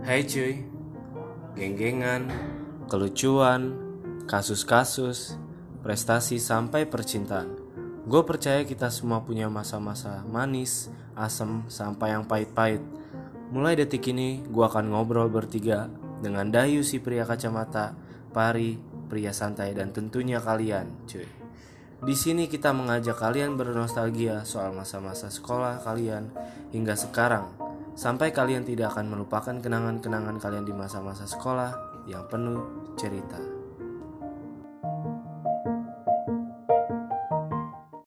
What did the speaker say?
Hai cuy, geng-gengan, kelucuan, kasus-kasus, prestasi sampai percintaan. Gue percaya kita semua punya masa-masa manis, asem, sampai yang pahit-pahit. Mulai detik ini gue akan ngobrol bertiga dengan Dayu si pria kacamata, Pari, pria santai, dan tentunya kalian cuy. Di sini kita mengajak kalian bernostalgia soal masa-masa sekolah kalian hingga sekarang, sampai kalian tidak akan melupakan kenangan-kenangan kalian di masa-masa sekolah yang penuh cerita.